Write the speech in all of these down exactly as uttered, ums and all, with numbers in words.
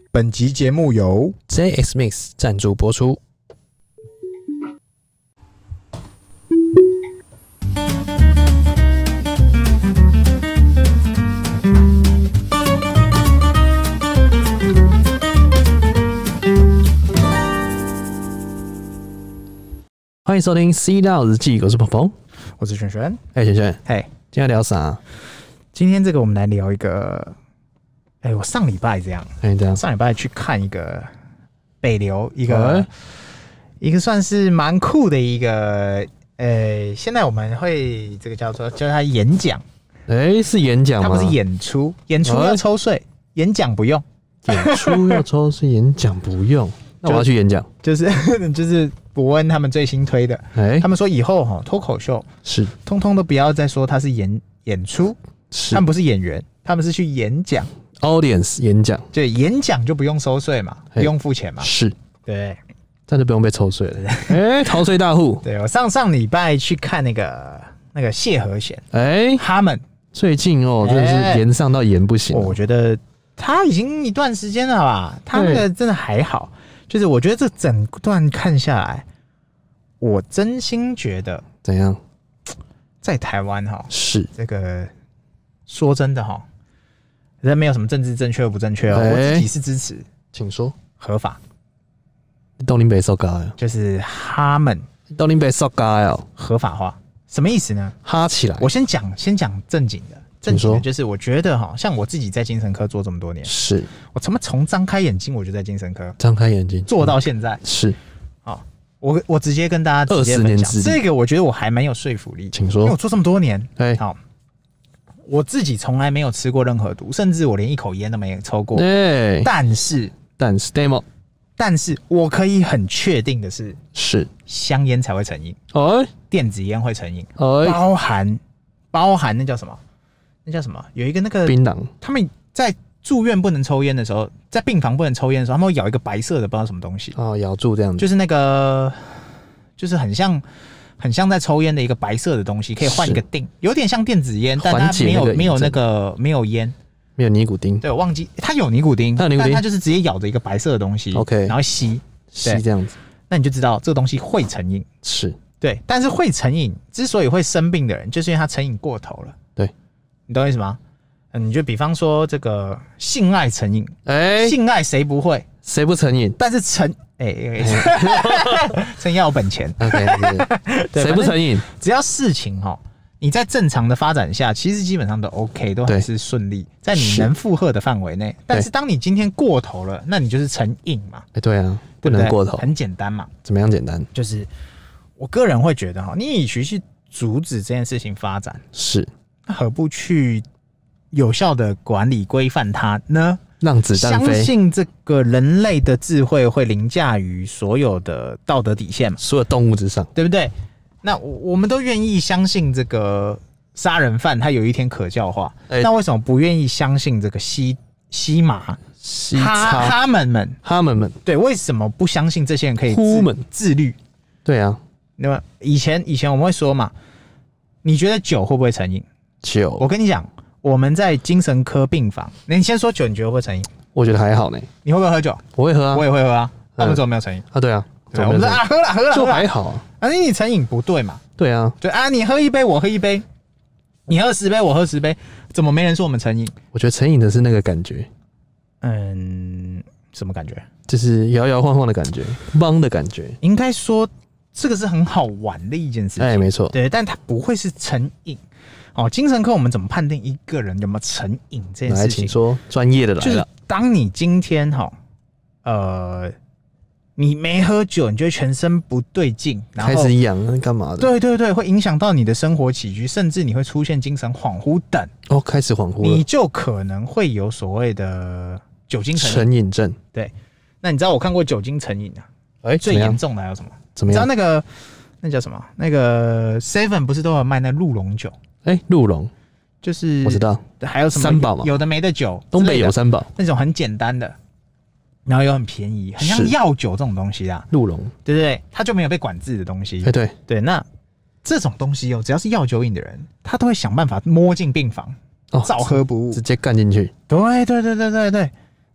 本集节目由 J X Mix 赞助播出。欢迎收听《C 道日记》，我是鹏鹏， 我是璇璇。 哎，璇璇， 嘿， 今天聊啥？ 今天这个我们来聊一个，哎，我上礼拜这样， 哎，这样， 上礼拜去看一个北流，一个、 哎、 一个算是蛮酷的一个，呃，现在我们会这个叫做叫它演讲， 哎，是演讲吗？ 它不是演出，演出要抽税，哎、演讲不用， 演出要抽税，演讲不用。那我要去演讲， 就是就是伯恩他们最新推的， 哎、 他们说以后哈脱口秀是通通都不要再说他是演演出， 是他们不是演员，他们是去演讲 ，audience 演讲， 对，演讲就不用收税嘛，不用付钱嘛， 是， 对， 这样就不用被抽税了，哎、欸，逃税大户， 对我上上礼拜去看那个那个谢和弦，哎、欸，他们最近哦，真的是延上到延不行、 欸，我觉得他已经一段时间了吧，他那个真的还好。就是我觉得这整段看下来，我真心觉得怎样， 在台湾哈是这个说真的哈，人没有什么政治正确不正确哦，欸、我自己是支持， 请说合法。 东林北受嘎呀， 就是他们东林北受嘎呀， 合法化什么意思呢？ 哈起来。 我先讲先讲正经的。正经的就是我觉得哈，像我自己在精神科做这么多年， 是我他妈从张开眼睛我就在精神科， 张开眼睛做到现在、 嗯、是。 好，我我直接跟大家直接分享这个，我觉得我还蛮有说服力， 请说。 因为我做这么多年， 哎， 好，我自己从来没有吃过任何毒，甚至我连一口烟都没有抽过。 哎， 但是但是 demo， 但是我可以很确定的是， 是香烟才会成瘾， 哎， 电子烟会成瘾， 哎， 包含包含那叫什么？那叫什么？有一个那个槟榔，他们在住院不能抽烟的时候，在病房不能抽烟的时候，他们会咬一个白色的不知道什么东西哦，咬住这样子， 就是那个，就是很像很像在抽烟的一个白色的东西，可以换一个锭，有点像电子烟，但它没有没有那个没有烟， 没有尼古丁。 对，我忘记它有尼古丁， 它有尼古丁， 但它就是直接咬着一个白色的东西 ，OK， 然后吸吸这样子， 那你就知道这个东西会成瘾， 是对，但是会成瘾，之所以会生病的人，就是因为他成瘾过头了， 对。 你懂我意思吗？嗯，你就比方说这个性爱成瘾，哎、欸，性爱谁不会？ 谁不成瘾？ 但是成，哎、欸，成瘾要有本钱。 OK， 谁不成瘾？ 只要事情哈，你在正常的发展下，其实基本上都 OK， 都还是顺利，在你能负荷的范围内。但是当你今天过头了，那你就是成瘾嘛。 哎、欸，对啊，不能过头。 很简单嘛。 怎么样简单？ 就是我个人会觉得哈，你与其去阻止这件事情发展， 是。 何不去有效的管理规范它呢？ 让子弹飞。 相信这个人类的智慧会凌驾于所有的道德底线嘛？ 所有动物之上，对不对？那我们都愿意相信这个杀人犯他有一天可教化，欸、那为什么不愿意相信这个吸吸麻、 吸哈哈们们、 哈们们？ 对，为什么不相信这些人可以自自律？ 对啊， 那么以前以前我们会说嘛，你觉得酒会不会成瘾？ 酒， 我跟你讲，我们在精神科病房，你先说酒，你觉得会成瘾？ 我觉得还好呢。 你会不会喝酒？ 我会喝啊， 我也会喝啊。那、嗯、我们怎么没有成瘾啊？对啊， 对啊，我们说啊，喝了喝了， 就还好啊。 啊，你成瘾不对嘛？ 对啊， 对啊，你喝一杯，我喝一杯，你喝十杯，我喝十杯，怎么没人说我们成瘾？ 我觉得成瘾的是那个感觉。 嗯，什么感觉？ 就是摇摇晃晃的感觉，帮的感觉。 应该说，这个是很好玩的一件事情。 哎，没错。 对，但它不会是成瘾。哦，精神科我们怎么判定一个人有没有成瘾这件事情？ 来，请说，专业的来了。 就是当你今天哈，呃，你没喝酒，你觉得全身不对劲，然后开始痒，那干嘛的？ 对对对，会影响到你的生活起居，甚至你会出现精神恍惚等。 哦，开始恍惚了， 你就可能会有所谓的酒精成瘾成瘾症。 对，那你知道我看过酒精成瘾啊？ 哎、欸， 最严重的还有什么？ 怎么样？ 你知道那个那叫什么？那个 Seven 不是都有卖那鹿茸酒？ 哎、欸，鹿茸就是我知道， 还有什么三宝嘛？ 有的没的酒， 东北有三宝， 那种很简单的，然后又很便宜，很像药酒这种东西啊， 鹿茸， 对不对？它就没有被管制的东西。 哎、欸，对对，那这种东西哦，只要是药酒瘾的人，他都会想办法摸进病房，哦，照喝不误， 直接干进去。 对对对对对对。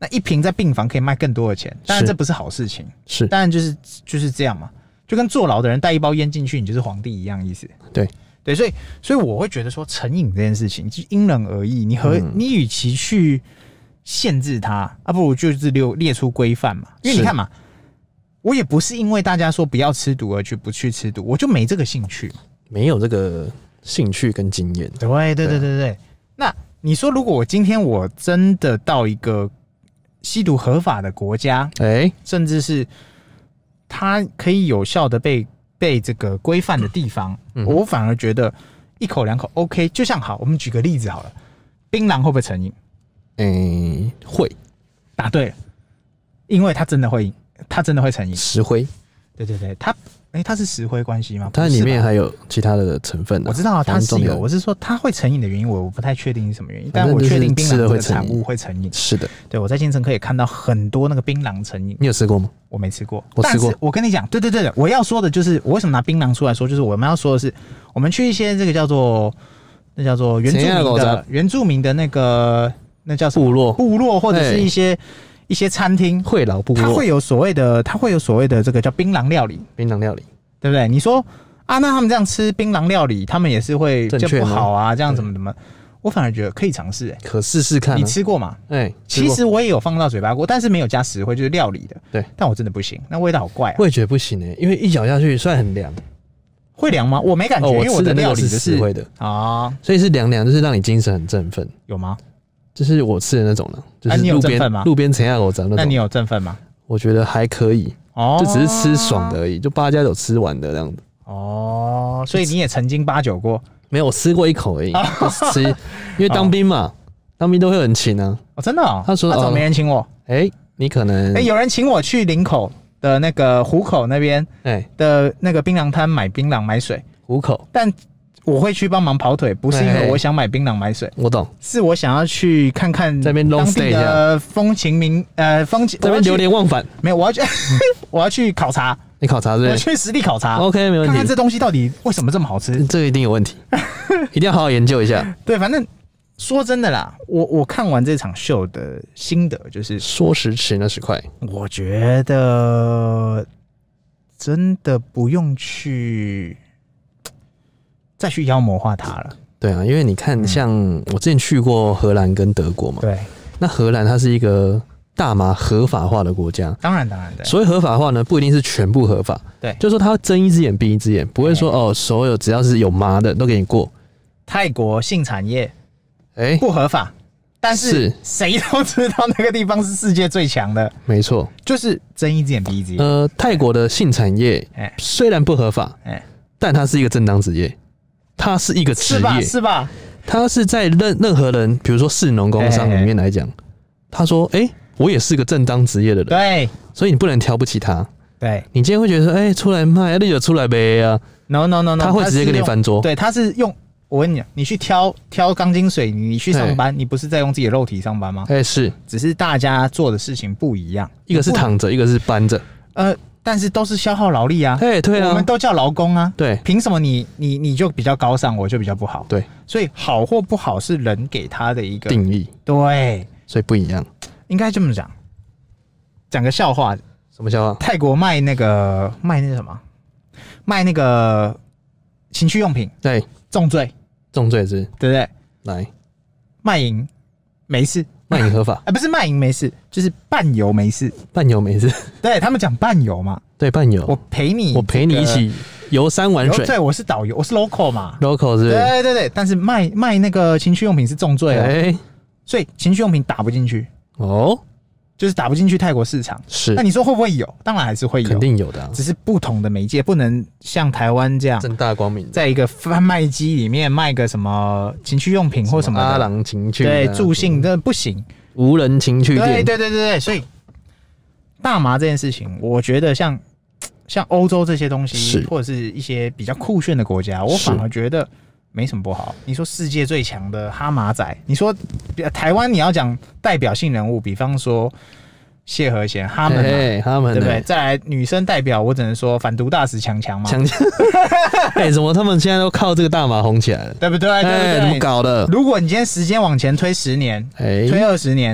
那一瓶在病房可以卖更多的钱，当然这不是好事情， 是， 当然就是就是这样嘛，就跟坐牢的人带一包烟进去，你就是皇帝一样意思。 对对，所以所以我会觉得说成瘾这件事情就因人而异，你和、嗯、你与其去限制它，啊，不如就是列列出规范嘛，因为你看嘛，我也不是因为大家说不要吃毒而去不去吃毒，我就没这个兴趣，没有这个兴趣跟经验。 对对对对对对，那。你说，如果我今天我真的到一个吸毒合法的国家，哎、欸，甚至是它可以有效的被被这个规范的地方、嗯，我反而觉得一口两口 OK。就像好，我们举个例子好了，槟榔会不会成瘾？ 哎、欸，会。 答对了，因为它真的会，它真的会成瘾。 石灰， 对对对，它。哎、欸，它是石灰关系吗？ 它里面还有其他的成分、啊。 我知道它是有，我是说它会成瘾的原因，我不太确定是什么原因，但我确定槟榔这个产物会成瘾。 是的， 对，我在健身课也看到很多那个槟榔成瘾。 你有吃过吗？ 我没吃过， 我吃过。 但是我跟你讲，对对对，我要说的就是，我为什么拿槟榔出来说，就是我们要说的是，我们去一些这个叫做那叫做原住民的原住民的那个那叫什么部落部落或者是一些。一些餐厅会老部落， 它会有所谓的，它会有所谓的这个叫槟榔料理， 槟榔料理， 对不对？你说啊，那他们这样吃槟榔料理，他们也是会就不好啊，这样怎么怎么？我反而觉得可以尝试，哎， 可试试看、啊。 你吃过吗？ 哎、欸， 其实我也有放到嘴巴过，但是没有加石灰，就是料理的。 对， 但我真的不行，那味道好怪、啊。 我也觉得不行哎、欸，因为一咬下去虽然很凉， 会凉吗？我没感觉，哦、因为我的料理是石灰的啊， 所以是凉凉，就是让你精神很振奋。 有吗？就是我吃的那种了，就是路边、啊、 路边陈亚狗杂那种。 那你有振奋吗？ 我觉得还可以，哦，就只是吃爽的而已，就八家有吃完的这样子。 哦，所以你也曾经八九过？ 没有，我吃过一口而已。吃，因为当兵嘛，当兵都会有人请啊。 哦，真的、哦？ 他说， 他怎么没人请我？ 哎、欸，你可能哎、欸，有人请我去林口的那个湖口那边，哎的那个槟榔摊买槟榔买水。 湖口， 但。我会去帮忙跑腿，不是因为我想买槟榔买水， 我懂， 是我想要去看看当地的风情民呃风情， 这边流连忘返。 没有，我要去，我要去考察。 你考察是不是？ 我去实地考察。 OK， 没问题。 看看这东西到底为什么这么好吃？ 这个一定有问题，一定要好好研究一下。 对，反正说真的啦，我我看完这场秀的心得就是， 说时迟那时快， 我觉得真的不用去。再去妖魔化它了， 对啊，因为你看，像我之前去过荷兰跟德国嘛， 对， 那荷兰它是一个大麻合法化的国家， 当然当然的。 所谓合法化呢，不一定是全部合法， 对， 就是说它睁一只眼闭一只眼，不会说哦，所有只要是有麻的都给你过。 泰国性产业，哎、欸，不合法，但是谁都知道那个地方是世界最强的， 没错， 就是睁一只眼闭一只眼。 呃，泰国的性产业，哎、欸，虽然不合法，哎、欸，但它是一个正当职业。它是一个职业， 是吧？是吧？ 它是在任任何人，比如说士农工商里面来讲，他说：“哎、欸，我也是个正当职业的人。” 对， 所以你不能瞧不起他。 对，你今天会觉得说：“哎、欸，出来卖，那就出来呗啊 ！”No No No No， 他会直接跟你翻桌。 对，他是用我跟你讲，你去挑挑钢筋水泥，你去上班，你不是在用自己的肉体上班吗？ 哎、欸，是， 只是大家做的事情不一样， 一个是躺着，一个是搬着。 呃。但是都是消耗劳力啊， 对对啊， 我们都叫劳工啊， 对， 凭什么你你你就比较高尚，我就比较不好？ 对， 所以好或不好是人给他的一个定义， 对， 所以不一样， 应该这么讲。讲个笑话， 什么笑话？ 泰国卖那个卖那个什么，卖那个情趣用品， 对， 重罪， 重罪是， 对不对？ 来， 卖淫没事。 卖淫合法， 哎、欸，不是卖淫没事，就是伴游没事， 伴游没事。 对他们讲伴游嘛， 对伴游， 我陪你、這個， 我陪你一起游山玩水。 对，我是导游，我是 local 嘛 ，local 是不是？ 对对对，但是卖卖那个情趣用品是重罪啊、欸，所以情趣用品打不进去哦，就是打不进去泰国市场。 是， 那你说会不会有？当然还是会有， 肯定有的、啊， 只是不同的媒介，不能像台湾这样正大光明， 在一个贩卖机里面卖个什么情趣用品或什么的阿郎情趣， 对，助兴这不行。 无人情趣店， 对对对对对，所以大麻这件事情，我觉得像像欧洲这些东西，或者是一些比较酷炫的国家，我反而觉得没什么不好。你说世界最强的哈麻仔，你说台湾你要讲代表性人物，比方说谢和弦他们嘛， 嘿嘿他们对不对？再来女生代表，我只能说反毒大使强强嘛， 强强。哎，怎么他们现在都靠这个大麻红起来了？ 对不对？对不对？ 怎么搞的？ 如果你今天时间往前推十年，哎，推二十年，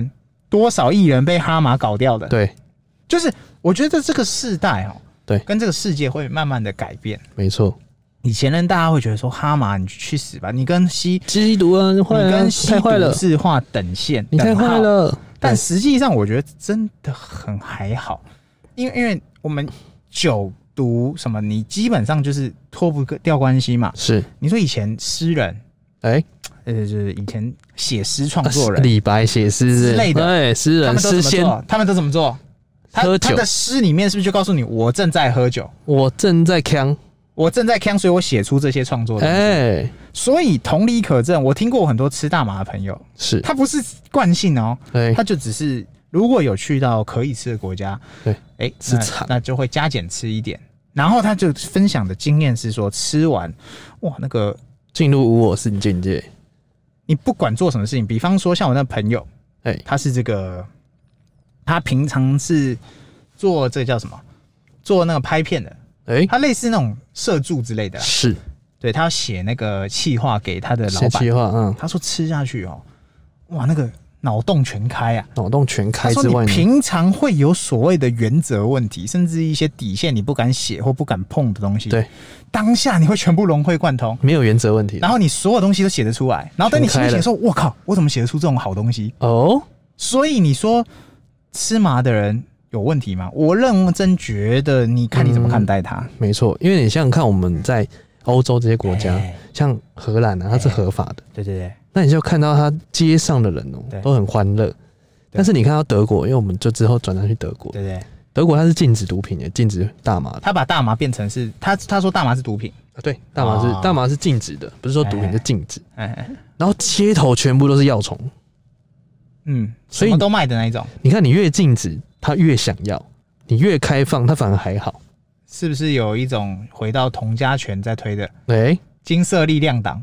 多少艺人被哈马搞掉的？ 对， 就是我觉得这个世代哦， 对， 跟这个世界会慢慢的改变。 没错。 以前人大家会觉得说哈马你去死吧，你跟吸吸毒啊，你跟吸毒是画等线， 你太坏了。 但实际上我觉得真的很还好，因为因为我们酒毒什么，你基本上就是脱不掉关系嘛。 是，你说以前诗人，哎、欸，呃，就是以前写诗创作人， 李、啊、白写诗之类的， 对，诗人诗仙， 他们都怎么做？ 喝酒。 他的诗里面是不是就告诉你，我正在喝酒， 我正在呛。 我正在呛，所以我写出这些创作的。哎、欸，所以同理可证，我听过很多吃大麻的朋友， 是他不是惯性哦，欸、他就只是如果有去到可以吃的国家， 对， 哎、欸，那, 那就会加减吃一点。然后他就分享的经验是说，吃完哇，那个进入无我性境界。 你不管做什么事情，比方说像我那个朋友，哎、欸，他是这个，他平常是做这个叫什么？做那个拍片的。欸、他类似那种社助之类的啦， 是， 对他要写那个企划给他的老板， 企划，嗯， 他说吃下去哦，哇，那个脑洞全开啊， 脑洞全开之外， 你平常会有所谓的原则问题，甚至一些底线你不敢写或不敢碰的东西， 对， 当下你会全部融会贯通， 没有原则问题， 然后你所有东西都写得出来，然后等你心里写说，我靠，我怎么写得出这种好东西？哦，所以你说吃麻的人有问题吗？我认真觉得，你看你怎么看待它、嗯？ 没错，因为你想想看，我们在欧洲这些国家，欸、像荷兰啊，它是合法的、欸。 对对对。 那你就看到它街上的人哦、喔，都很欢乐。但是你看到德国，因为我们就之后转到去德国， 对对。 德国它是禁止毒品的，禁止大麻的。 他把大麻变成是他他说大麻是毒品啊，对，大麻是、哦、大麻是禁止的，不是说毒品是禁止。哎哎。然后街头全部都是药虫。 嗯，所以什么都卖的那一种。 你看，你越禁止，他越想要。你越开放，它反而还好， 是不是有一种回到童家拳在推的？ 哎、欸， 金色力量党。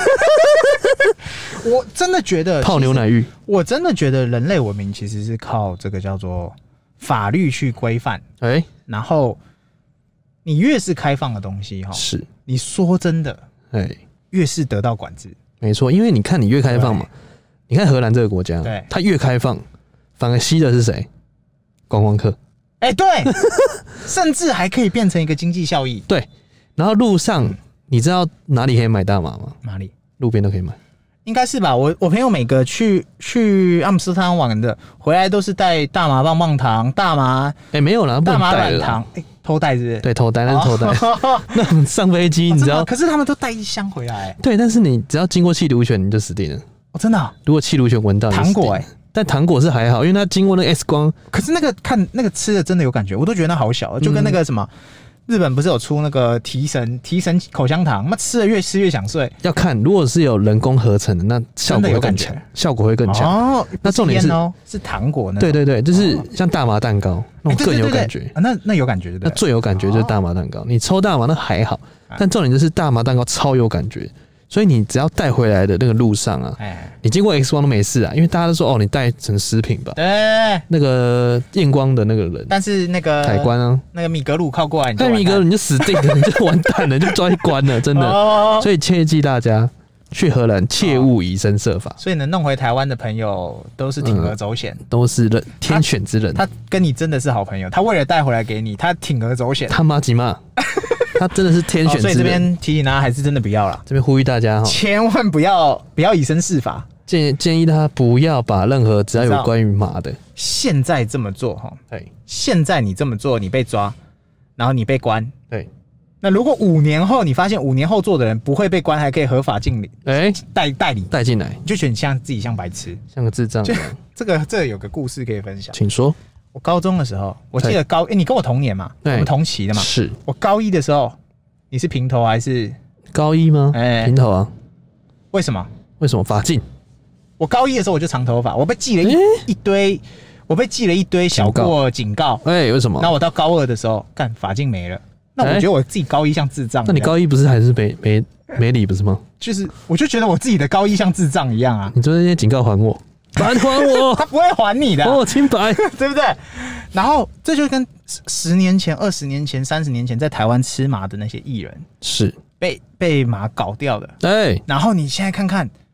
我真的觉得泡牛奶浴， 我真的觉得人类文明其实是靠这个叫做法律去规范。哎、欸，然后你越是开放的东西，哈，是你说真的，哎、欸，越是得到管制。 没错，因为你看你越开放嘛，你看荷兰这个国家，对，它越开放，反而吸的是谁？观光客。 哎、欸，对，甚至还可以变成一个经济效益。 对，然后路上、嗯、你知道哪里可以买大麻吗？ 哪里？ 路边都可以买， 应该是吧？我我朋友每个去去阿姆斯特丹玩的，回来都是带大麻棒棒糖、大麻， 哎、欸，没有啦， 大麻软糖，哎、欸，偷带是不是？ 对，偷带，那是偷带。哦、那上飞机、哦、你知道？ 可是他们都带一箱回来。 对，但是你只要经过气毒犬，你就死定了。 哦，真的、哦？ 如果气毒犬闻到糖果哎、欸。 但糖果是还好，因为它经过那个 X 光， 可是那个看那个吃的真的有感觉，我都觉得那好小，就跟那个什么、嗯、日本不是有出那个提神提神口香糖，那吃的越吃越想睡。 要看，如果是有人工合成的，那效果会更强，效果会更强。 哦， 那重点是哦，是糖果呢。 对对对，就是像大麻蛋糕、哦、那种更有感觉。 欸、对对对对啊、那那有感觉对不对？ 那最有感觉就是大麻蛋糕。哦、你抽大麻那还好，但重点就是大麻蛋糕超有感觉。所以你只要带回来的那个路上啊，你经过 X 光都没事啊，因为大家都说哦，你带成食品吧。对，那个验光的那个人， 但是那个海关啊， 那个米格鲁靠过来， 那米格鲁你就死定了，你就完蛋了，就抓去关了，真的。哦、所以切记大家去荷兰切勿以身设法。 所以能弄回台湾的朋友都是铤而走险、嗯， 都是人天选之人他。 他跟你真的是好朋友，他为了带回来给你，他铤而走险。 他妈几骂。他真的是天选之人、哦， 所以这边提醒大家还是真的不要了。 这边呼吁大家哈， 千万不要不要以身试法。 建建议他不要把任何只要有关于麻的， 现在这么做哈，对，现在你这么做，你被抓，然后你被关，对。那如果五年后你发现五年后做的人不会被关，还可以合法进礼，哎、欸，带带礼带进来， 你就觉得你像自己像白痴， 像个智障一样。 这个这个有个故事可以分享， 请说。 我高中的时候，我记得高，哎、欸，你跟我同年嘛，我们同期的嘛。是我高一的时候，你是平头还是高一吗？哎、欸，平头啊。 为什么？ 为什么发髻？ 我高一的时候我就长头发，我被记了一、欸、一堆，我被记了一堆小过警告。哎、 欸，为什么？ 那我到高二的时候，干发髻没了。那我觉得我自己高一像智障、欸。 那你高一不是还是没没没理不是吗？ 就是，我就觉得我自己的高一像智障一样啊。 你昨天那些警告还我。还还我， 他不会还你的、啊， 我清白， 对不对？然后这就跟十年前、二十年前、三十年前在台湾吃麻的那些艺人是被被麻搞掉的，对。然后你现在看看，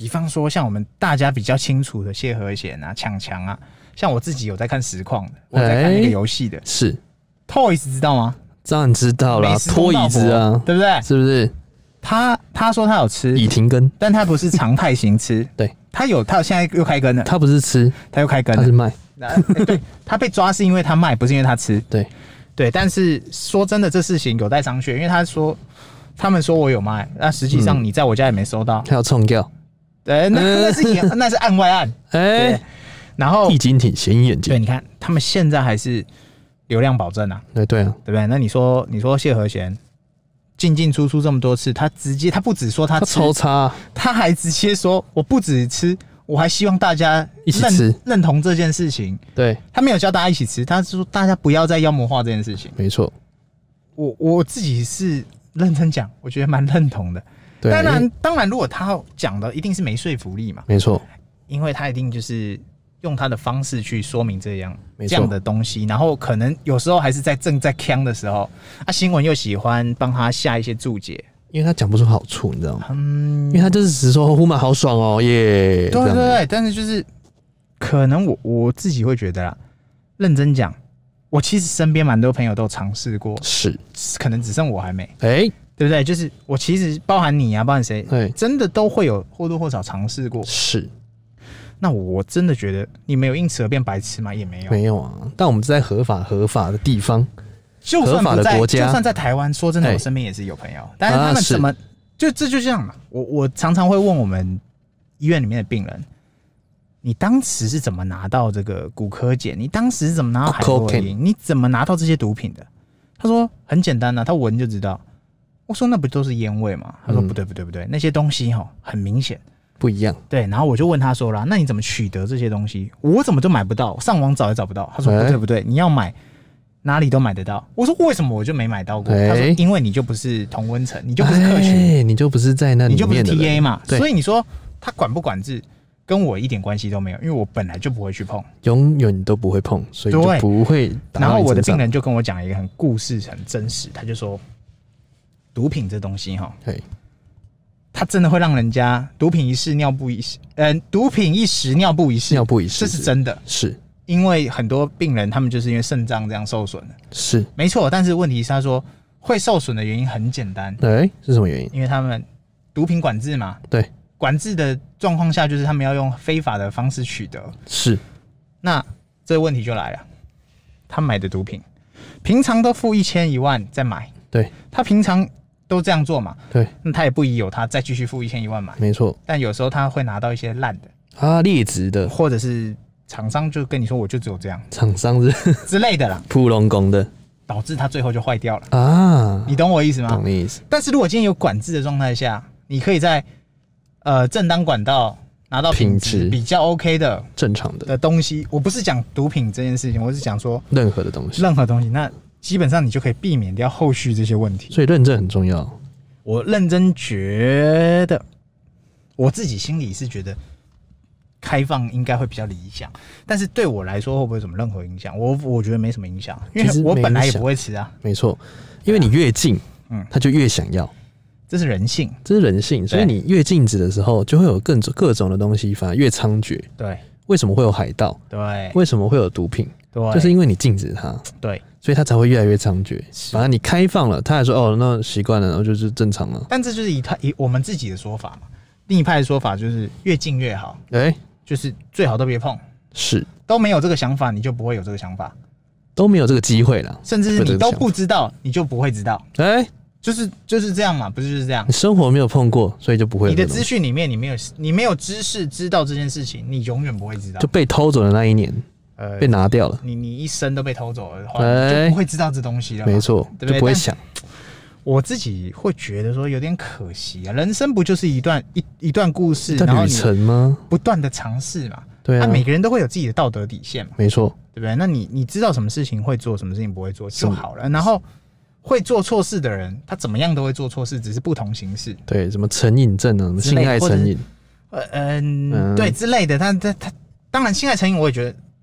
比方说像我们大家比较清楚的谢和弦啊、强强啊，像我自己有在看实况的，我在看那个游戏的，欸、 是 Toys 知道吗？ 当然知道啦，拖椅子啊， 对不对？是不是？他他说他有吃已停更， 但他不是常态型吃， 对， 他有他现在又开更了， 他不是吃， 他又开更了， 他是卖。 欸、对，他被抓是因为他卖，不是因为他吃， 对对。但是说真的，这事情有待商榷，因为他说他们说我有卖，那实际上你在我家也没收到， 他要冲掉， 对，那那是那是案外案，哎、欸，然后易经挺显眼睛， 对，你看他们现在还是流量保证啊， 对对啊， 对不对？那你说你说谢和弦。进进出出这么多次，他直接他不只说他吃， 他抽插， 他还直接说我不只吃，我还希望大家一起吃， 认同这件事情。对，他没有叫大家一起吃，他是说大家不要再妖魔化这件事情。 没错， 我我自己是认真讲，我觉得蛮认同的。对，当然当然，如果他讲的一定是没说服力嘛， 没错， 因为他一定就是用他的方式去说明这样这样的东西，然后可能有时候还是在正在呛的时候，啊，新闻又喜欢帮他下一些注解， 因为他讲不出好处，你知道吗？嗯，因为他就是只说呼玛好爽哦耶， 对对对，但是就是可能我我自己会觉得啦，认真讲，我其实身边蛮多朋友都尝试过， 是， 可能只剩我还没， 哎、欸， 对不对？就是我其实包含你啊，包含谁，真的都会有或多或少尝试过， 是。 那我真的觉得你没有因此而变白痴吗？也没有， 没有啊。但我们在合法合法的地方， 就算合法的国家， 就算在台湾，说真的，我身边也是有朋友，欸、但是他们怎么、啊、就这就这样嘛？我我常常会问我们医院里面的病人，你当时是怎么拿到这个骨科碱？你当时是怎么拿到海洛因？你怎么拿到这些毒品的？他说很简单啊，他闻就知道。我说那不都是烟味吗？他说不对不对不对，那些东西哈很明显。 不一样， 对，然后我就问他说啦，那你怎么取得这些东西？我怎么都买不到，上网找也找不到。他说不对不对，你要买哪里都买得到。我说为什么我就没买到过？他说因为你就不是同温层，你就不是客群， 你就不是在那里面的人， 你就不是 T A 嘛。所以你说他管不管制，跟我一点关系都没有，因为我本来就不会去碰， 永远都不会碰，所以就不会。 然后我的病人就跟我讲一个很故事，很真实，他就说，毒品这东西哈。它真的会让人家毒品一试尿布一时，呃，毒品一时尿布一世， 尿布一世， 这是真的， 是因为很多病人他们就是因为肾脏这样受损了， 是没错。但是问题是他说会受损的原因很简单， 对，是什么原因？ 因为他们毒品管制嘛， 对， 管制的状况下就是他们要用非法的方式取得， 是。 那这个问题就来了，他买的毒品平常都付一千一万再买， 对， 他平常。都这样做嘛？ 对， 那他也不疑有他再继续付一千一万买， 没错。 但有时候他会拿到一些烂的啊，劣质的， 或者是厂商就跟你说，我就只有这样， 厂商是之类的啦， 普龙工的， 导致他最后就坏掉了啊。 你懂我意思吗？ 懂你意思。 但是如果今天有管制的状态下，你可以在呃正当管道拿到品质比较 OK 的正常的的东西，我不是讲毒品这件事情，我是讲说任何的东西， 任何东西那。基本上你就可以避免掉后续这些问题， 所以认证很重要。 我认真觉得，我自己心里是觉得开放应该会比较理想，但是对我来说会不会有什么任何影响？我我觉得没什么影响，因为我本来也不会吃啊。 没错，因为你越禁，嗯，他就越想要， 这是人性， 这是人性。所以你越禁止的时候，就会有各种各种的东西反而越猖獗。 对， 为什么会有海盗？ 对， 为什么会有毒品？ 对， 就是因为你禁止它。 对。 所以它才会越来越猖獗。反正你开放了，他还说哦，那习惯了，然后就是正常了。 但这就是以他以我们自己的说法嘛。另一派的说法就是越禁越好，哎、欸，就是最好都别碰。 是， 都没有这个想法，你就不会有这个想法， 都没有这个机会了。 甚至是你都不知道，你就不会知道。哎、欸，就是就是这样嘛，不是就是这样？ 你生活没有碰过，所以就不会有。 你的资讯里面，你没有你没有知识知道这件事情，你永远不会知道。 就被偷走的那一年。呃，被拿掉了。 你你一生都被偷走了的话，欸、你就不会知道这东西了。 没错，对不对？就不会想。 我自己会觉得说有点可惜啊，人生不就是一段一一段故事， 一段旅程吗？ 不断的尝试嘛。 对啊， 啊，每个人都会有自己的道德底线嘛。 没错， 对不对？那你你知道什么事情会做，什么事情不会做就好了。然后会做错事的人，他怎么样都会做错事，只是不同形式。 对，什么成瘾症啊，什么性爱成瘾， 呃嗯，对之类的。他他他，当然性爱成瘾，我也觉得。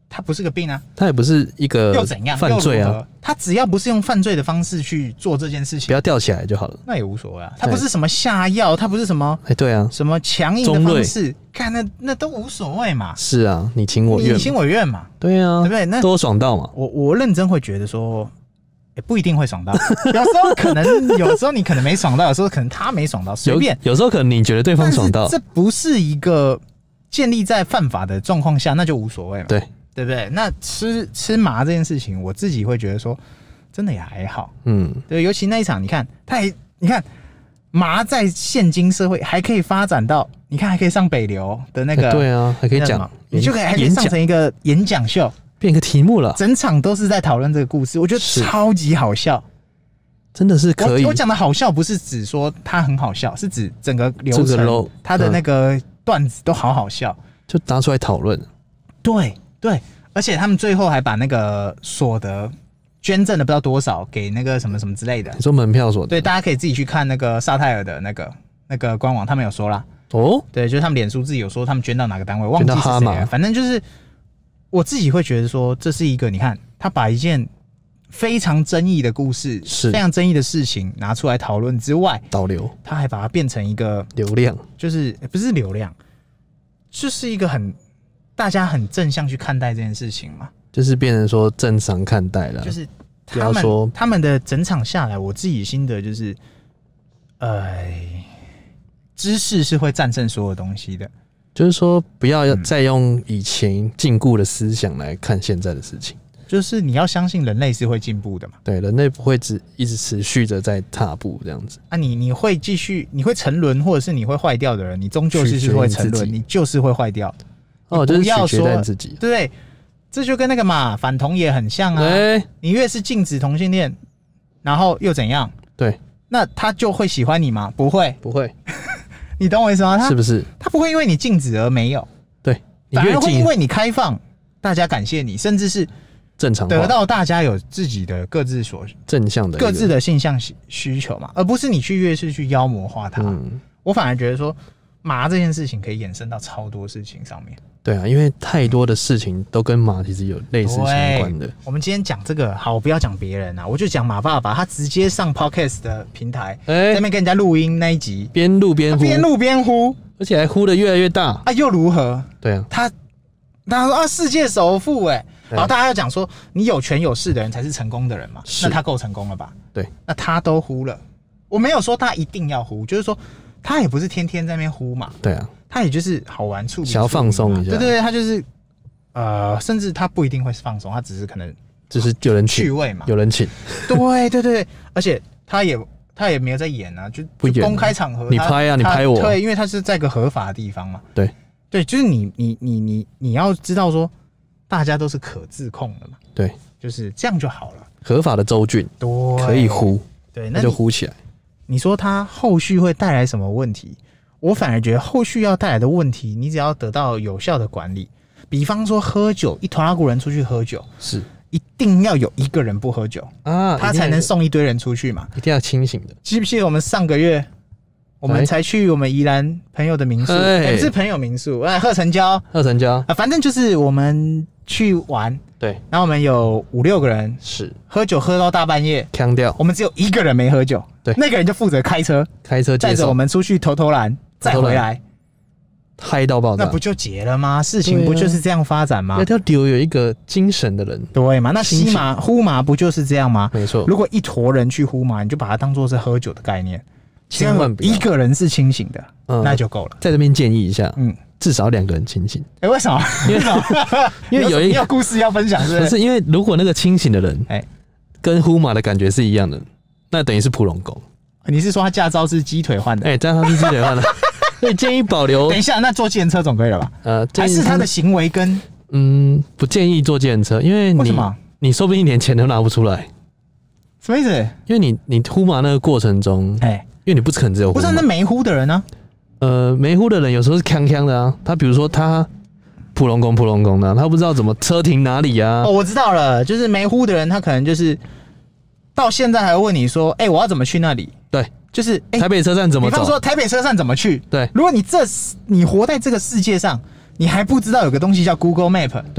他不是个病啊， 他也不是一个又怎样犯罪啊， 他只要不是用犯罪的方式去做这件事情， 不要吊起来就好了， 那也无所谓啊。他不是什么下药，他不是什么哎、欸、对啊， 什么强硬的方式，看那那都无所谓嘛。 是啊，你情我愿， 你情我愿嘛， 对啊， 对不对？那都爽到嘛。 我我认真会觉得说，欸、不一定会爽到，有时候可能有时候你可能没爽到，有时候可能他没爽到，随便有。有时候可能你觉得对方爽到， 这不是一个建立在犯法的状况下，那就无所谓嘛。 对。 对不对？那吃吃麻这件事情，我自己会觉得说，真的也还好。嗯，对，尤其那一场，你看，他也你看麻在现今社会还可以发展到，你看还可以上北流的那个， 欸、对啊，还可以讲， 你就可以还可以上成一个演讲秀， 变一个题目了， 整场都是在讨论这个故事，我觉得超级好笑， 真的是可以。 我我讲的好笑不是指说它很好笑，是指整个流程，这个、它的那个段子都好好笑， 就拿出来讨论。 对。对，而且他们最后还把那个所得捐赠的不知道多少给那个什么什么之类的。 你说门票所得？ 对，大家可以自己去看那个萨泰尔的那个那个官网，他们有说啦。 哦， 对，就是他们脸书自己有说他们捐到哪个单位，忘记是谁了。反正就是我自己会觉得说，这是一个你看他把一件非常争议的故事，是非常争议的事情拿出来讨论之外， 导流， 他还把它变成一个流量， 就是不是流量，就是一个很。大家很正向去看待这件事情嘛， 就是变成说正常看待了。 就是他们说他们的整场下来，我自己心得就是，呃，知识是会战胜所有东西的。 就是说，不要再用以前禁锢的思想来看现在的事情。 嗯、就是你要相信人类是会进步的嘛。 对，人类不会只一直持续的在踏步这样子。 啊你，你你会继续，你会沉沦，或者是你会坏掉的人，你终究是会沉沦，你就是会坏掉。 哦，就是取决在自己， 对不对？这就跟那个嘛反同也很像啊。欸、你越是禁止同性恋，然后又怎样？ 对， 那他就会喜欢你吗？不会， 不会。 你懂我意思吗？ 是不是？ 他不会因为你禁止而没有， 对， 反而会因为你开放，大家感谢你，甚至是正常得到大家有自己的各自所正向的各自的性向需求嘛，而不是你去越是去妖魔化它。嗯、我反而觉得说。麻这件事情可以衍生到超多事情上面。 对啊，因为太多的事情都跟麻其实有类似相关的。 我们今天讲这个，好，我不要讲别人啊，我就讲马爸爸，他直接上 podcast 的平台，欸、在那边跟人家录音那一集， 边录边呼， 边录边呼， 而且还呼得越来越大啊，又如何？ 对啊， 他他说啊，世界首富哎、欸，然后大家要讲说，你有权有势的人才是成功的人嘛，那他够成功了吧？ 对， 那他都呼了，我没有说他一定要呼，就是说他也不是天天在那边呼嘛， 对啊。 他也就是好玩处理， 想要放松一下， 对对对，他就是呃，甚至他不一定会放松，他只是可能只是有人趣味嘛， 有人请， 对对对，而且他也他也没有在演啊，就不演公开场合， 你拍啊，你拍我， 对，因为他是在一个合法的地方嘛， 对对，就是你你你你你要知道说，大家都是可自控的嘛， 对， 就是这样就好了， 合法的州郡， 对， 可以呼， 对， 那就呼起来。 你说他后续会带来什么问题？我反而觉得后续要带来的问题，你只要得到有效的管理，比方说喝酒，一团阿古人出去喝酒， 是一定要有一个人不喝酒啊，他才能送一堆人出去嘛， 一定要清醒的。 记不记得我们上个月我们才去我们宜兰朋友的民宿，欸、不是朋友民宿，哎，鹤城礁， 鹤城礁啊，反正就是我们去玩， 对， 然后我们有五六个人， 是喝酒喝到大半夜， 呛掉， 我们只有一个人没喝酒， 对， 那个人就负责开车， 开车带着我们出去偷偷懒。再回来， 嗨到爆炸， 那不就结了吗？事情不就是这样发展吗？ 要留有一个精神的人， 对嘛？那吸麻呼麻不就是这样吗？ 没错。 如果一坨人去呼麻，你就把它当作是喝酒的概念， 千万不要一个人是清醒的，嗯、那就够了。 在这边建议一下，嗯，至少两个人清醒。 哎、欸，为什么？ 因为因为有一个故事要分享，是不是？ 不是因为如果那个清醒的人，哎、欸，跟呼麻的感觉是一样的，那等于是普龙宫。 你是说他驾照是鸡腿换的？ 哎、欸，驾照是鸡腿换的。所以建议保留。 等一下，那坐计程车总可以了吧？呃，还是他的行为跟嗯，不建议坐计程车，因为你为什么？你说不定连钱都拿不出来。 什么意思？ 因为你你呼麻那个过程中，哎、欸，因为你不可能只有呼麻， 不是那没呼的人呢、 啊？呃，没呼的人有时候是锵锵的啊。他比如说他普龙宫普龙宫的，他不知道怎么车停哪里啊。 哦，我知道了，就是没呼的人，他可能就是到现在还会问你说：“哎、欸，我要怎么去那里？” 对。 就是、欸、 台北车站怎么走？ 比方说台北车站怎么去？ 对， 如果你这你活在这个世界上，你还不知道有个东西叫 Google Map， 对，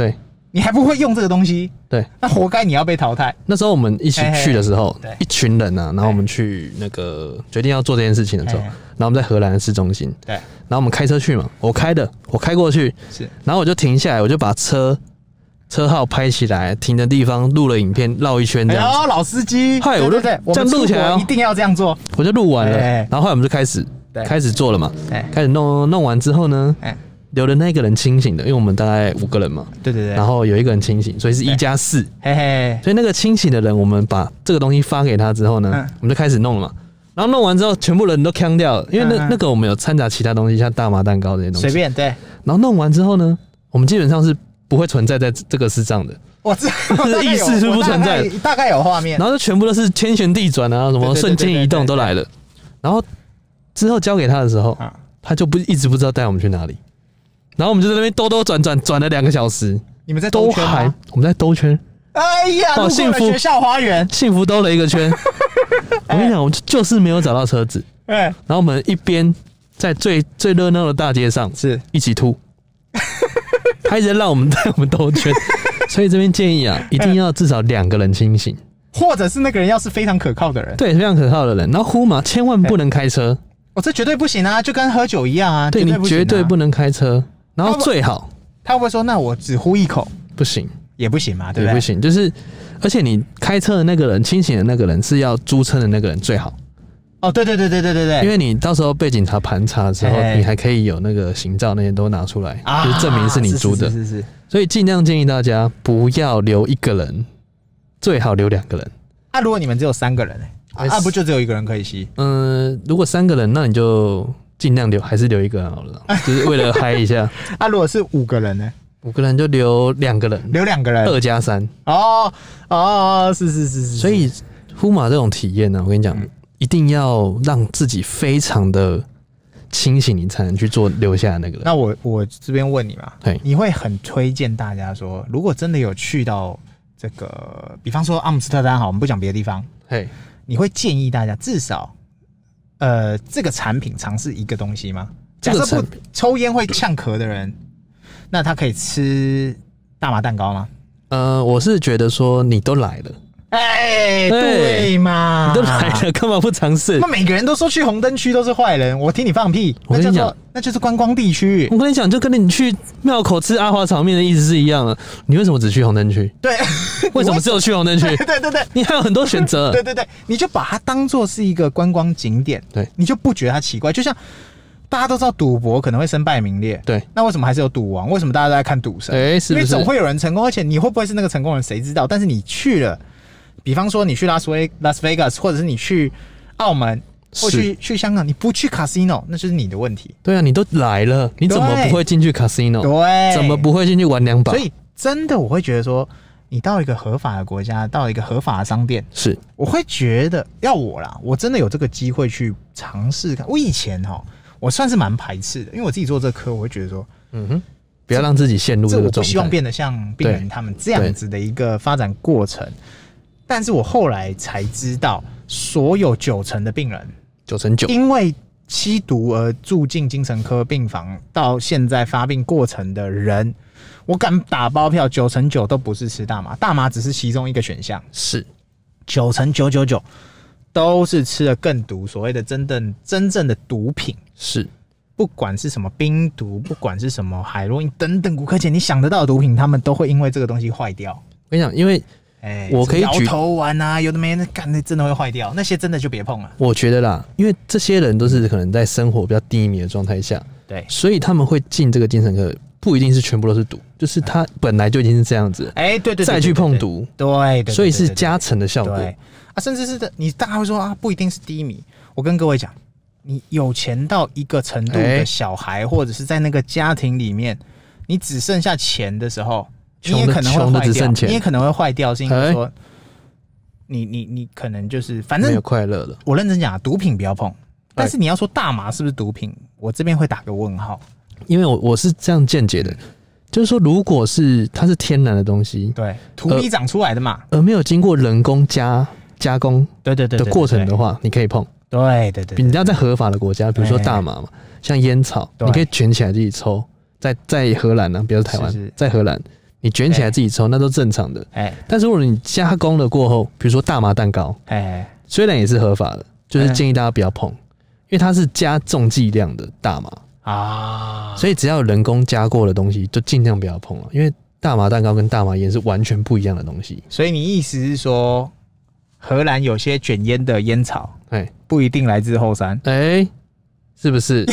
你还不会用这个东西， 对， 那活该你要被淘汰。 那时候我们一起去的时候，嘿嘿一群人啊，然后我们去那个决定要做这件事情的时候，嘿嘿然后我们在荷兰的市中心，对，然后我们开车去嘛，我开的，我开过去，是，然后我就停下来，我就把车车号拍起来，停的地方录了影片，绕一圈这样子。 哎呦，老司机， 嗨，我就这样录起来， 一定要这样做， 我就录完了，然后后来我们就开始开始做了嘛，开始弄弄完之后呢。留的那个人清醒的，因为我们大概五个人嘛，对对对，然后有一个人清醒，所以是一加四，嘿嘿，所以那个清醒的人，我们把这个东西发给他之后呢，嗯、我们就开始弄了嘛，然后弄完之后，全部人都呛掉了，因为那、嗯、那个我们有掺杂其他东西，像大麻蛋糕这些东西， 随便对， 然后弄完之后呢，我们基本上是不会存在在这个世上的， 我知道， 就是意识是不存在的， 大概, 大概有画面， 然后就全部都是天旋地转啊，什么瞬间移动都来了，然后之后交给他的时候，啊、他就不一直不知道带我们去哪里。然后我们就在那边兜兜转转转了两个小时， 你们在兜圈吗？ 我们在兜圈。 哎呀，路过了学校花园， 幸福兜了一个圈。我跟你讲，我们就是没有找到车子。哎，然后我们一边在最最热闹的大街上是一起吐，他一直让我们带我们兜圈。所以这边建议啊，一定要至少两个人清醒， 或者是那个人要是非常可靠的人， 对，非常可靠的人。然后呼嘛，千万不能开车。 哦，这绝对不行啊，就跟喝酒一样啊。 对，你绝对不能开车。然后最好， 他会不会说，那我只呼一口？ 不行， 也不行嘛，对不对？ 不行，就是，而且你开车的那个人，清醒的那个人是要租车的那个人最好。 哦，对对对对对对对， 因为你到时候被警察盘查的时候，你还可以有那个行照那些都拿出来，啊、就是证明是你租的。 是是是是。 所以尽量建议大家不要留一个人，最好留两个人。 啊，如果你们只有三个人、欸，啊，不就只有一个人可以吸？ 嗯、呃，如果三个人，那你就。尽量留，还是留一个人好了，就是为了嗨一下。 啊，如果是五个人呢？ 五个人就留两个人， 留两个人， 二加三。 哦哦，是是是是。 所以呼马这种体验呢，我跟你讲、嗯，一定要让自己非常的清醒，你才能去做留下那个人。 那我我这边问你嘛，你会很推荐大家说，如果真的有去到这个，比方说阿姆斯特丹好，我们不讲别的地方，嘿，你会建议大家至少。呃，这个产品尝试一个东西吗？假设不抽烟会呛咳的人，那他可以吃大麻蛋糕吗？ 呃，我是觉得说你都来了， 哎、欸，对嘛， 你都来了，干嘛不尝试？ 那每个人都说去红灯区都是坏人，我听你放屁！ 我跟你讲， 那就是观光地区。 我跟你讲，就跟你去庙口吃阿华炒面的意思是一样的。你为什么只去红灯区？ 对， 为什么只有去红灯区？ 对对对对， 你还有很多选择。 对对对，你就把它当作是一个观光景点，对，你就不觉得它奇怪。就像大家都知道赌博可能会身败名裂，对，那为什么还是有赌王？为什么大家都在看赌神？哎、欸，是不是？因为总会有人成功，而且你会不会是那个成功人，谁知道？但是你去了，比方说你去拉斯维拉斯维加斯，或者是你去澳门。或去去香港，你不去 casino， 那就是你的问题。 对啊，你都来了，你怎么不会进去 casino？ 对， 怎么不会进去玩两把？ 所以真的，我会觉得说，你到一个合法的国家，到一个合法的商店，是，我会觉得要我啦，我真的有这个机会去尝试看。我以前哈，我算是蛮排斥的，因为我自己做这个科，我会觉得说，嗯哼， 不要让自己陷入这个状态。 我不希望变得像病人他们这样子的一个发展过程。但是我后来才知道，所有九成的病人。 九成九， 因为吸毒而住进精神科病房，到现在发病过程的人，我敢打包票，九成九都不是吃大麻，大麻只是其中一个选项，是九成九九九都是吃了更毒，所谓的真正真正的毒品，是不管是什么冰毒，不管是什么海洛因等等骨科碱，你想得到的毒品，他们都会因为这个东西坏掉。 我跟你讲，因为。 哎、欸，我可以举摇头丸啊，有的没人干，那真的会坏掉，那些真的就别碰了。 我觉得啦，因为这些人都是可能在生活比较低迷的状态下，对，所以他们会进这个精神科，不一定是全部都是毒，就是他本来就已经是这样子，哎、欸，对 对, 对，再去碰毒，对， 对, 对, 对，所以是加成的效果。对啊，甚至是的，你大家会说啊，不一定是低迷。我跟各位讲，你有钱到一个程度的小孩，欸、或者是在那个家庭里面，你只剩下钱的时候。你也可能会坏掉，你也可能会坏掉，是因为说，你你你可能就是反正没有快乐了。 我认真讲，毒品不要碰，但是你要说大麻是不是毒品，我这边会打个问号， 因为我我是这样见解的，就是说，如果是它是天然的东西， 对，土里长出来的嘛， 而没有经过人工加加工对对对的过程的话，你可以碰， 对对对， 你要在合法的国家，比如说大麻嘛，像烟草，你可以卷起来自己抽，在在荷兰呢、啊，比如台湾，在荷兰。 你卷起来自己抽，那都正常的。哎，但是如果你加工了过后，比如说大麻蛋糕，哎，虽然也是合法的，就是建议大家不要碰，因为它是加重剂量的大麻啊，所以只要有人工加过的东西，就尽量不要碰了，因为大麻蛋糕跟大麻烟是完全不一样的东西。 所以你意思是说，荷兰有些卷烟的烟草，哎，不一定来自后山， 哎，是不是？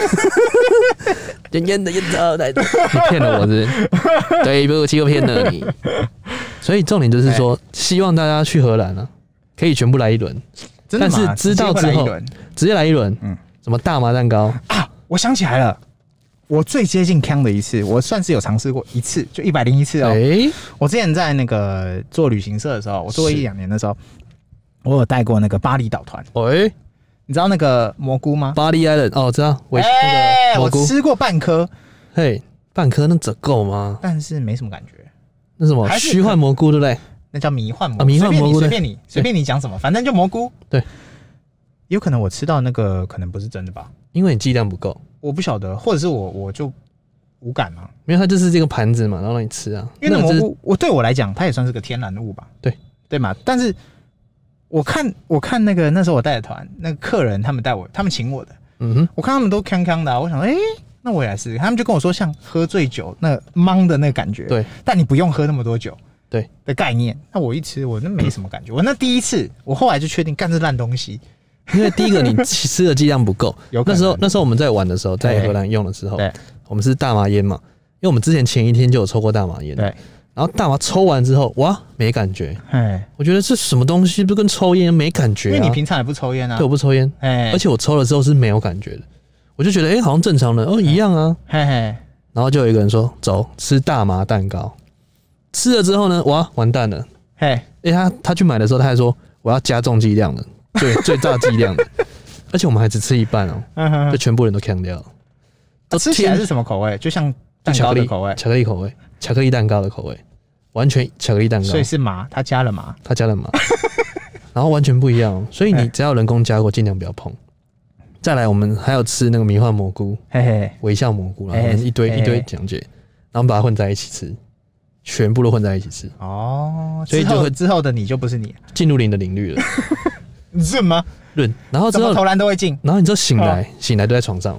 卷烟的烟草来自，你骗了我是不是？对不起，我骗了你。所以重点就是说，希望大家去荷兰啊，可以全部来一轮。但是知道之后，直接来一轮，嗯，什么大麻蛋糕啊？我想起来了。我最接近鏘的一次，我算是有尝试过一次，就一百零一次哦。欸、我之前在那个做旅行社的时候，我做了一两年的时候，我有带过那个巴厘岛团。欸、你知道那个蘑菇吗？ 巴厘 Island 哦，知道。哎、欸， 那个蘑菇我吃过半颗。 嘿，半颗那折够吗？ 但是没什么感觉。 那什么虚幻蘑菇对不对？ 那叫迷幻蘑菇。 啊、迷幻蘑菇随便你随便你讲什么，反正就蘑菇。 对。 有可能我吃到那个可能不是真的吧？ 因为你剂量不够。 我不晓得，或者是我我就无感嘛， 因为它就是这个盘子嘛，然后让你吃啊。 因为那蘑菇，我对我来讲，它也算是个天然物吧， 对对嘛。但是我看我看那个那时候我带的团，那个客人他们带我，他们请我的，嗯哼，我看他们都康康的、啊，我想，哎、欸，那我也来试试。他们就跟我说，像喝醉酒那懵的那个感觉， 对， 但你不用喝那么多酒， 对的概念。那我一吃，我那没什么感觉。我那第一次，我后来就确定，干这烂东西。 因为第一个你吃的剂量不够，那时候那时候我们在玩的时候，在荷兰用的时候，我们是大麻烟嘛，因为我们之前前一天就有抽过大麻烟，对，然后大麻抽完之后，哇，没感觉，哎，我觉得这什么东西，不跟抽烟没感觉、啊， 因为你平常也不抽烟啊， 对，我不抽烟，哎，而且我抽了之后是没有感觉的，我就觉得哎、欸，好像正常的，哦，一样啊，嘿嘿，然后就有一个人说走吃大麻蛋糕，吃了之后呢，哇，完蛋了，嘿，哎、欸，他他去买的时候他还说我要加重剂量的。最最大剂量的，而且我们还只吃一半哦、喔，就全部人都呛掉了。 啊、吃起来是什么口味？就像蛋糕的口味， 巧克力口味，巧克力蛋糕的口味，完全巧克力蛋糕。 所以是麻，他加了麻， 他加了麻，然后完全不一样、喔。所以你只要人工加过，尽量不要碰。再来，我们还有吃那个迷幻蘑菇，嘿嘿，微笑蘑菇，然后一堆嘿嘿一堆讲解，然后把它混在一起吃。全部都混在一起吃哦，所以就会之后的你就不是你进入零的领域了。 润吗？ 润，然后之后怎么投篮都会进， 然后你之后醒来，哦、醒来都在床上。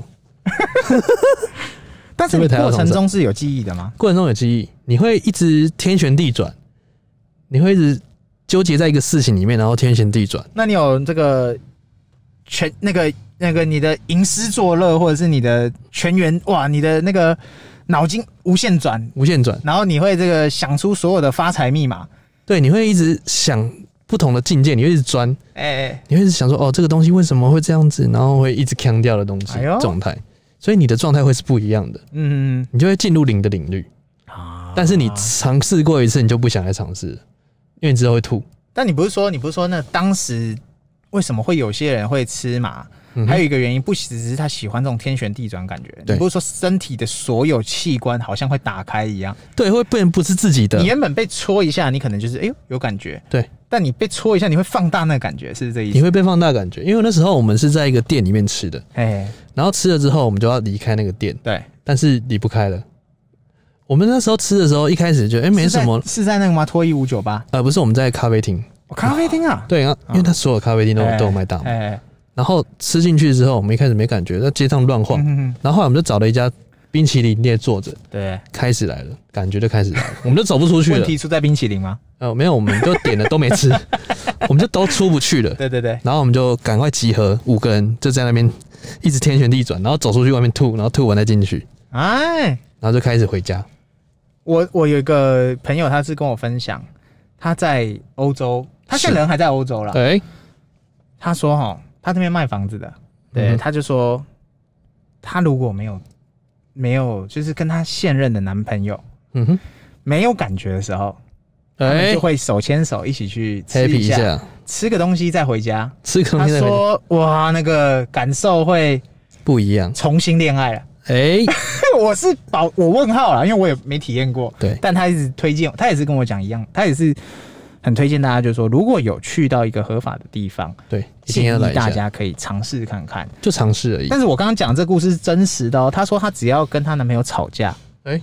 但是你过程中是有记忆的吗？ 过程中有记忆，你会一直天旋地转，你会一直纠结在一个事情里面，然后天旋地转。 那你有这个全那个那个你的吟诗作乐，或者是你的全员哇，你的那个脑筋无限转， 无限转， 然后你会这个想出所有的发财密码。 对，你会一直想。不同的境界，你会一直钻，哎、欸，你会一直想说，哦，这个东西为什么会这样子，然后会一直强调的东西状态、哎，所以你的状态会是不一样的，嗯，你就会进入零的领域啊。但是你尝试过一次，你就不想再尝试了，因为你之后会吐。 但你不是说，你不是说那当时为什么会有些人会吃麻？嗯、还有一个原因，不只是他喜欢这种天旋地转感觉，你不是说身体的所有器官好像会打开一样？ 对，会变不是自己的。 你原本被戳一下，你可能就是哎呦有感觉， 对。 但你被戳一下，你会放大那个感觉，是这意思？ 你会被放大感觉，因为那时候我们是在一个店里面吃的，哎，然后吃了之后，我们就要离开那个店， 对， 但是离不开了。我们那时候吃的时候，一开始觉得哎、欸、没什么， 是在那个吗？脱衣舞酒吧？ 呃，不是，我们在咖啡厅。 哦、咖啡厅啊？ 对啊，因为他所有咖啡厅都有、欸、都有卖大麻。欸、然后吃进去之后，我们一开始没感觉，在街上乱晃、嗯，然后后来我们就找了一家冰淇淋店坐着， 对， 开始来了，感觉就开始来了，我们就走不出去了。 问题出在冰淇淋吗？ 呃，没有，我们就点了都没吃，我们就都出不去了。 对对对， 然后我们就赶快集合，五个人就在那边一直天旋地转，然后走出去外面吐，然后吐完再进去，哎，然后就开始回家。 我我有一个朋友，他是跟我分享，他在欧洲，他现在人还在欧洲啦。对，他说哈，他那边卖房子的，对，嗯、他就说，他如果没有没有，就是跟他现任的男朋友，嗯哼，没有感觉的时候。他们就会手牵手一起去吃一下， 一下吃个东西再回家。 吃个东西再回家。他说：“哇，那个感受会不一样， 重新恋爱了。”哎、欸，我是保我问号啦，因为我也没体验过。对，但他一直推荐，他也是跟我讲一样，他也是很推荐大家，就是说如果有去到一个合法的地方， 对， 建议大家可以尝试看看， 就尝试而已。 但是我刚刚讲这故事是真实的哦。他说他只要跟他男朋友吵架，哎、欸。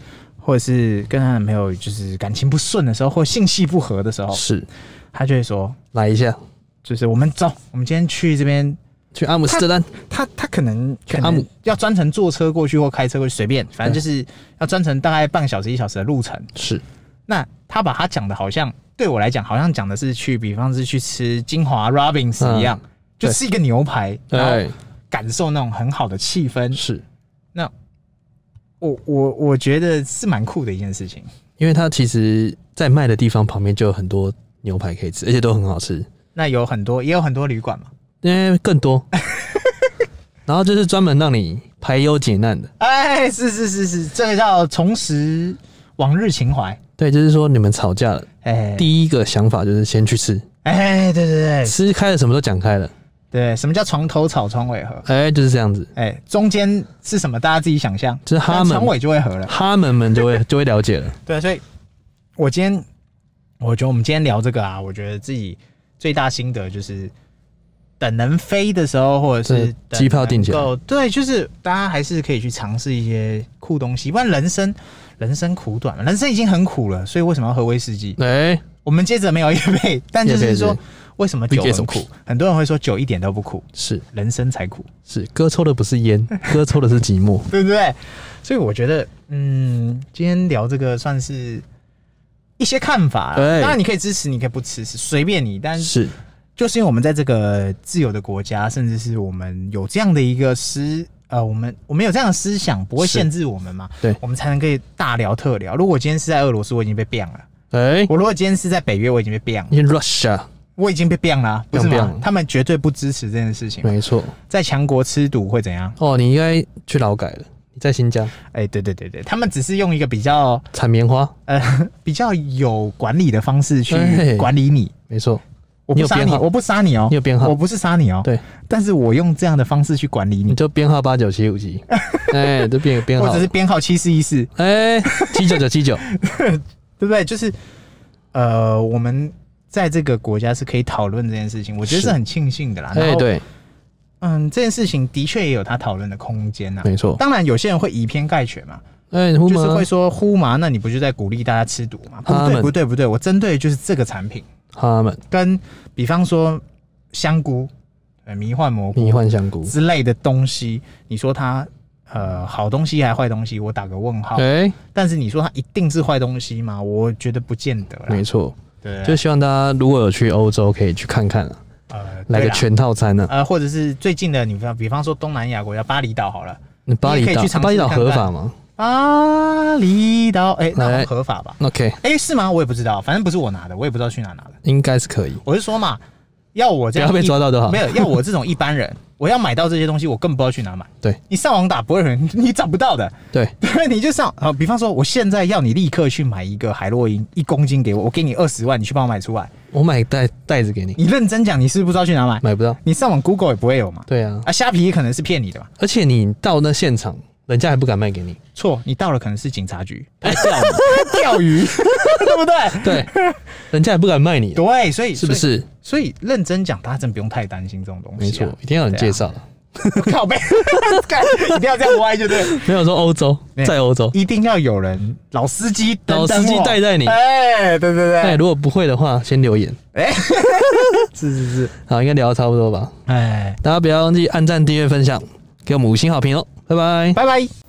或者是跟她男朋友就是感情不顺的时候，或性系不合的时候， 是， 她就会说来一下， 就是我们走，我们今天去这边。 去阿姆斯特丹， 他他他可能可能要专程坐车过去或开车过去，随便，反正就是要专程大概半个小时一小时的路程。 是， 那他把他讲的好像对我来讲，好像讲的是去，比方是去吃金华 Robins 一样，嗯、就吃一个牛排，然后感受那种很好的气氛。 是， 那我我我觉得是蛮酷的一件事情， 因为他其实在卖的地方旁边就有很多牛排可以吃，而且都很好吃。 那有很多，也有很多旅馆嘛。 因为更多，然后就是专门让你排忧解难的。 哎，是是是是，这个叫重拾往日情怀。 对，就是说你们吵架了，哎，第一个想法就是先去吃。 哎，对对对， 吃开了什么都讲开了。 对，什么叫床头吵床尾和？ 哎，就是这样子。 哎，中间是什么？大家自己想象。 就是哈们， 床尾就会合了， 哈们们就会就会了解了。 对，所以我今天，我觉得我们今天聊这个啊，我觉得自己最大心得就是。等能飞的时候，或者是机票订起来， 对，就是大家还是可以去尝试一些酷东西。不然人生人生苦短嘛，人生已经很苦了，所以为什么要喝威士忌？哎、欸，我们接着没有业配，但就是说为什么酒很苦？很多人会说酒一点都不苦， 是人生才苦。 是哥抽的不是烟，哥抽的是寂寞， 对不对？所以我觉得，嗯，今天聊这个算是一些看法啦。当然你可以支持，你可以不支持，随便你。但是。就是因为我们在这个自由的国家，甚至是我们有这样的一个思呃，我们我们有这样的思想，不会限制我们嘛？ 对， 我们才能可以大聊特聊。如果今天是在俄罗斯，我已经被变了。哎、欸，我如果今天是在北约，我已经被变了。 In Russia， 我已经被变了、啊，不是吗？他们绝对不支持这件事情。 没错， 在强国吃赌会怎样？ 哦，你应该去劳改了。你在新疆？ 哎、欸，对对对对，他们只是用一个比较产棉花， 呃，比较有管理的方式去管理你。 没错。 我不杀你，我不杀你哦。 你有编号， 我不是杀你哦。 对， 但是我用这样的方式去管理你， 你就编号八九七五七，哎，都编编号， 或者是编号七四一四， 哎，七九九七九， 对不对？就是呃，我们在这个国家是可以讨论这件事情，我觉得是很庆幸的啦。 哎，对， 嗯，这件事情的确也有他讨论的空间呐。 没错， 当然有些人会以偏概全嘛。 哎、欸， 就是会说呼麻，那你不就在鼓励大家吃毒吗？不对，不对，不对，我针对的就是这个产品。 他们跟比方说香菇、迷幻蘑菇、 迷幻香菇之类的东西，你说它呃好东西还是坏东西，我打个问号。 哎、欸， 但是你说它一定是坏东西吗？我觉得不见得啦。 没错， 对， 就希望大家如果有去欧洲，可以去看看啊，呃，来个全套餐呢、啊， 呃，或者是最近的，你比方说东南亚国家巴厘岛好了， 你巴厘岛，你巴厘岛合法吗？ 巴厘岛，哎、欸，那合法吧 ？OK， 哎、欸，是吗？我也不知道，反正不是我拿的，我也不知道去哪拿的， 应该是可以。 我是说嘛，要我这样不要被抓到就好。 没有，要我这种一般人，我要买到这些东西，我根本不知道去哪买。 对， 你上网打不会有人，你找不到的。 对， 对，你就上啊，比方说，我现在要你立刻去买一个海洛因一公斤给我，我给你二十万，你去帮我买出来。 我买袋袋子给你。 你认真讲，你是不是不知道去哪买？ 买不到。 你上网 Google 也不会有嘛？ 对啊。 啊，虾皮可能是骗你的嘛。 而且你到那现场。人家还不敢卖给你， 错，你到了可能是警察局，他钓你，钓鱼，对不对？ 对，人家还不敢卖你， 对，所以是不是？ 所以认真讲，大家真不用太担心这种东西、啊， 没错，一定要有人介绍。 靠背，一定要这样歪，就对。 没有说欧洲，在欧洲一定要有人老司机， 老司机带带你。 哎，对对对。 哎，如果不会的话，先留言。 哎，是是是， 好，应该聊得差不多吧？哎，大家不要忘记按赞、订阅、分享，给我们五星好评哦。拜拜， 拜拜。